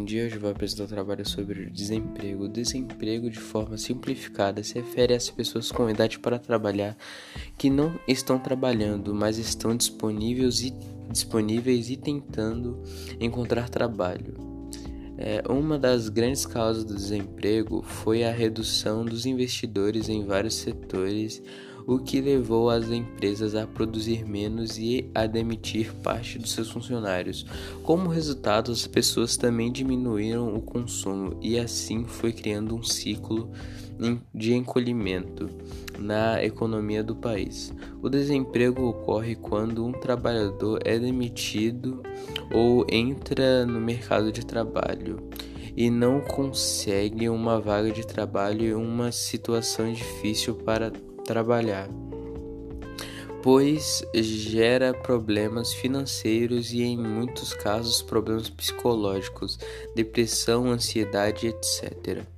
dia hoje vou apresentar um trabalho sobre o desemprego. O desemprego, de forma simplificada, se refere às pessoas com idade para trabalhar que não estão trabalhando, mas estão disponíveis e tentando encontrar trabalho. Uma das grandes causas do desemprego foi a redução dos investidores em vários setores, o que levou as empresas a produzir menos e a demitir parte dos seus funcionários. Como resultado, as pessoas também diminuíram o consumo e assim foi criando um ciclo de encolhimento na economia do país. O desemprego ocorre quando um trabalhador é demitido ou entra no mercado de trabalho e não consegue uma vaga de trabalho em uma situação difícil para trabalhar, pois gera problemas financeiros e, em muitos casos, problemas psicológicos, depressão, ansiedade, etc.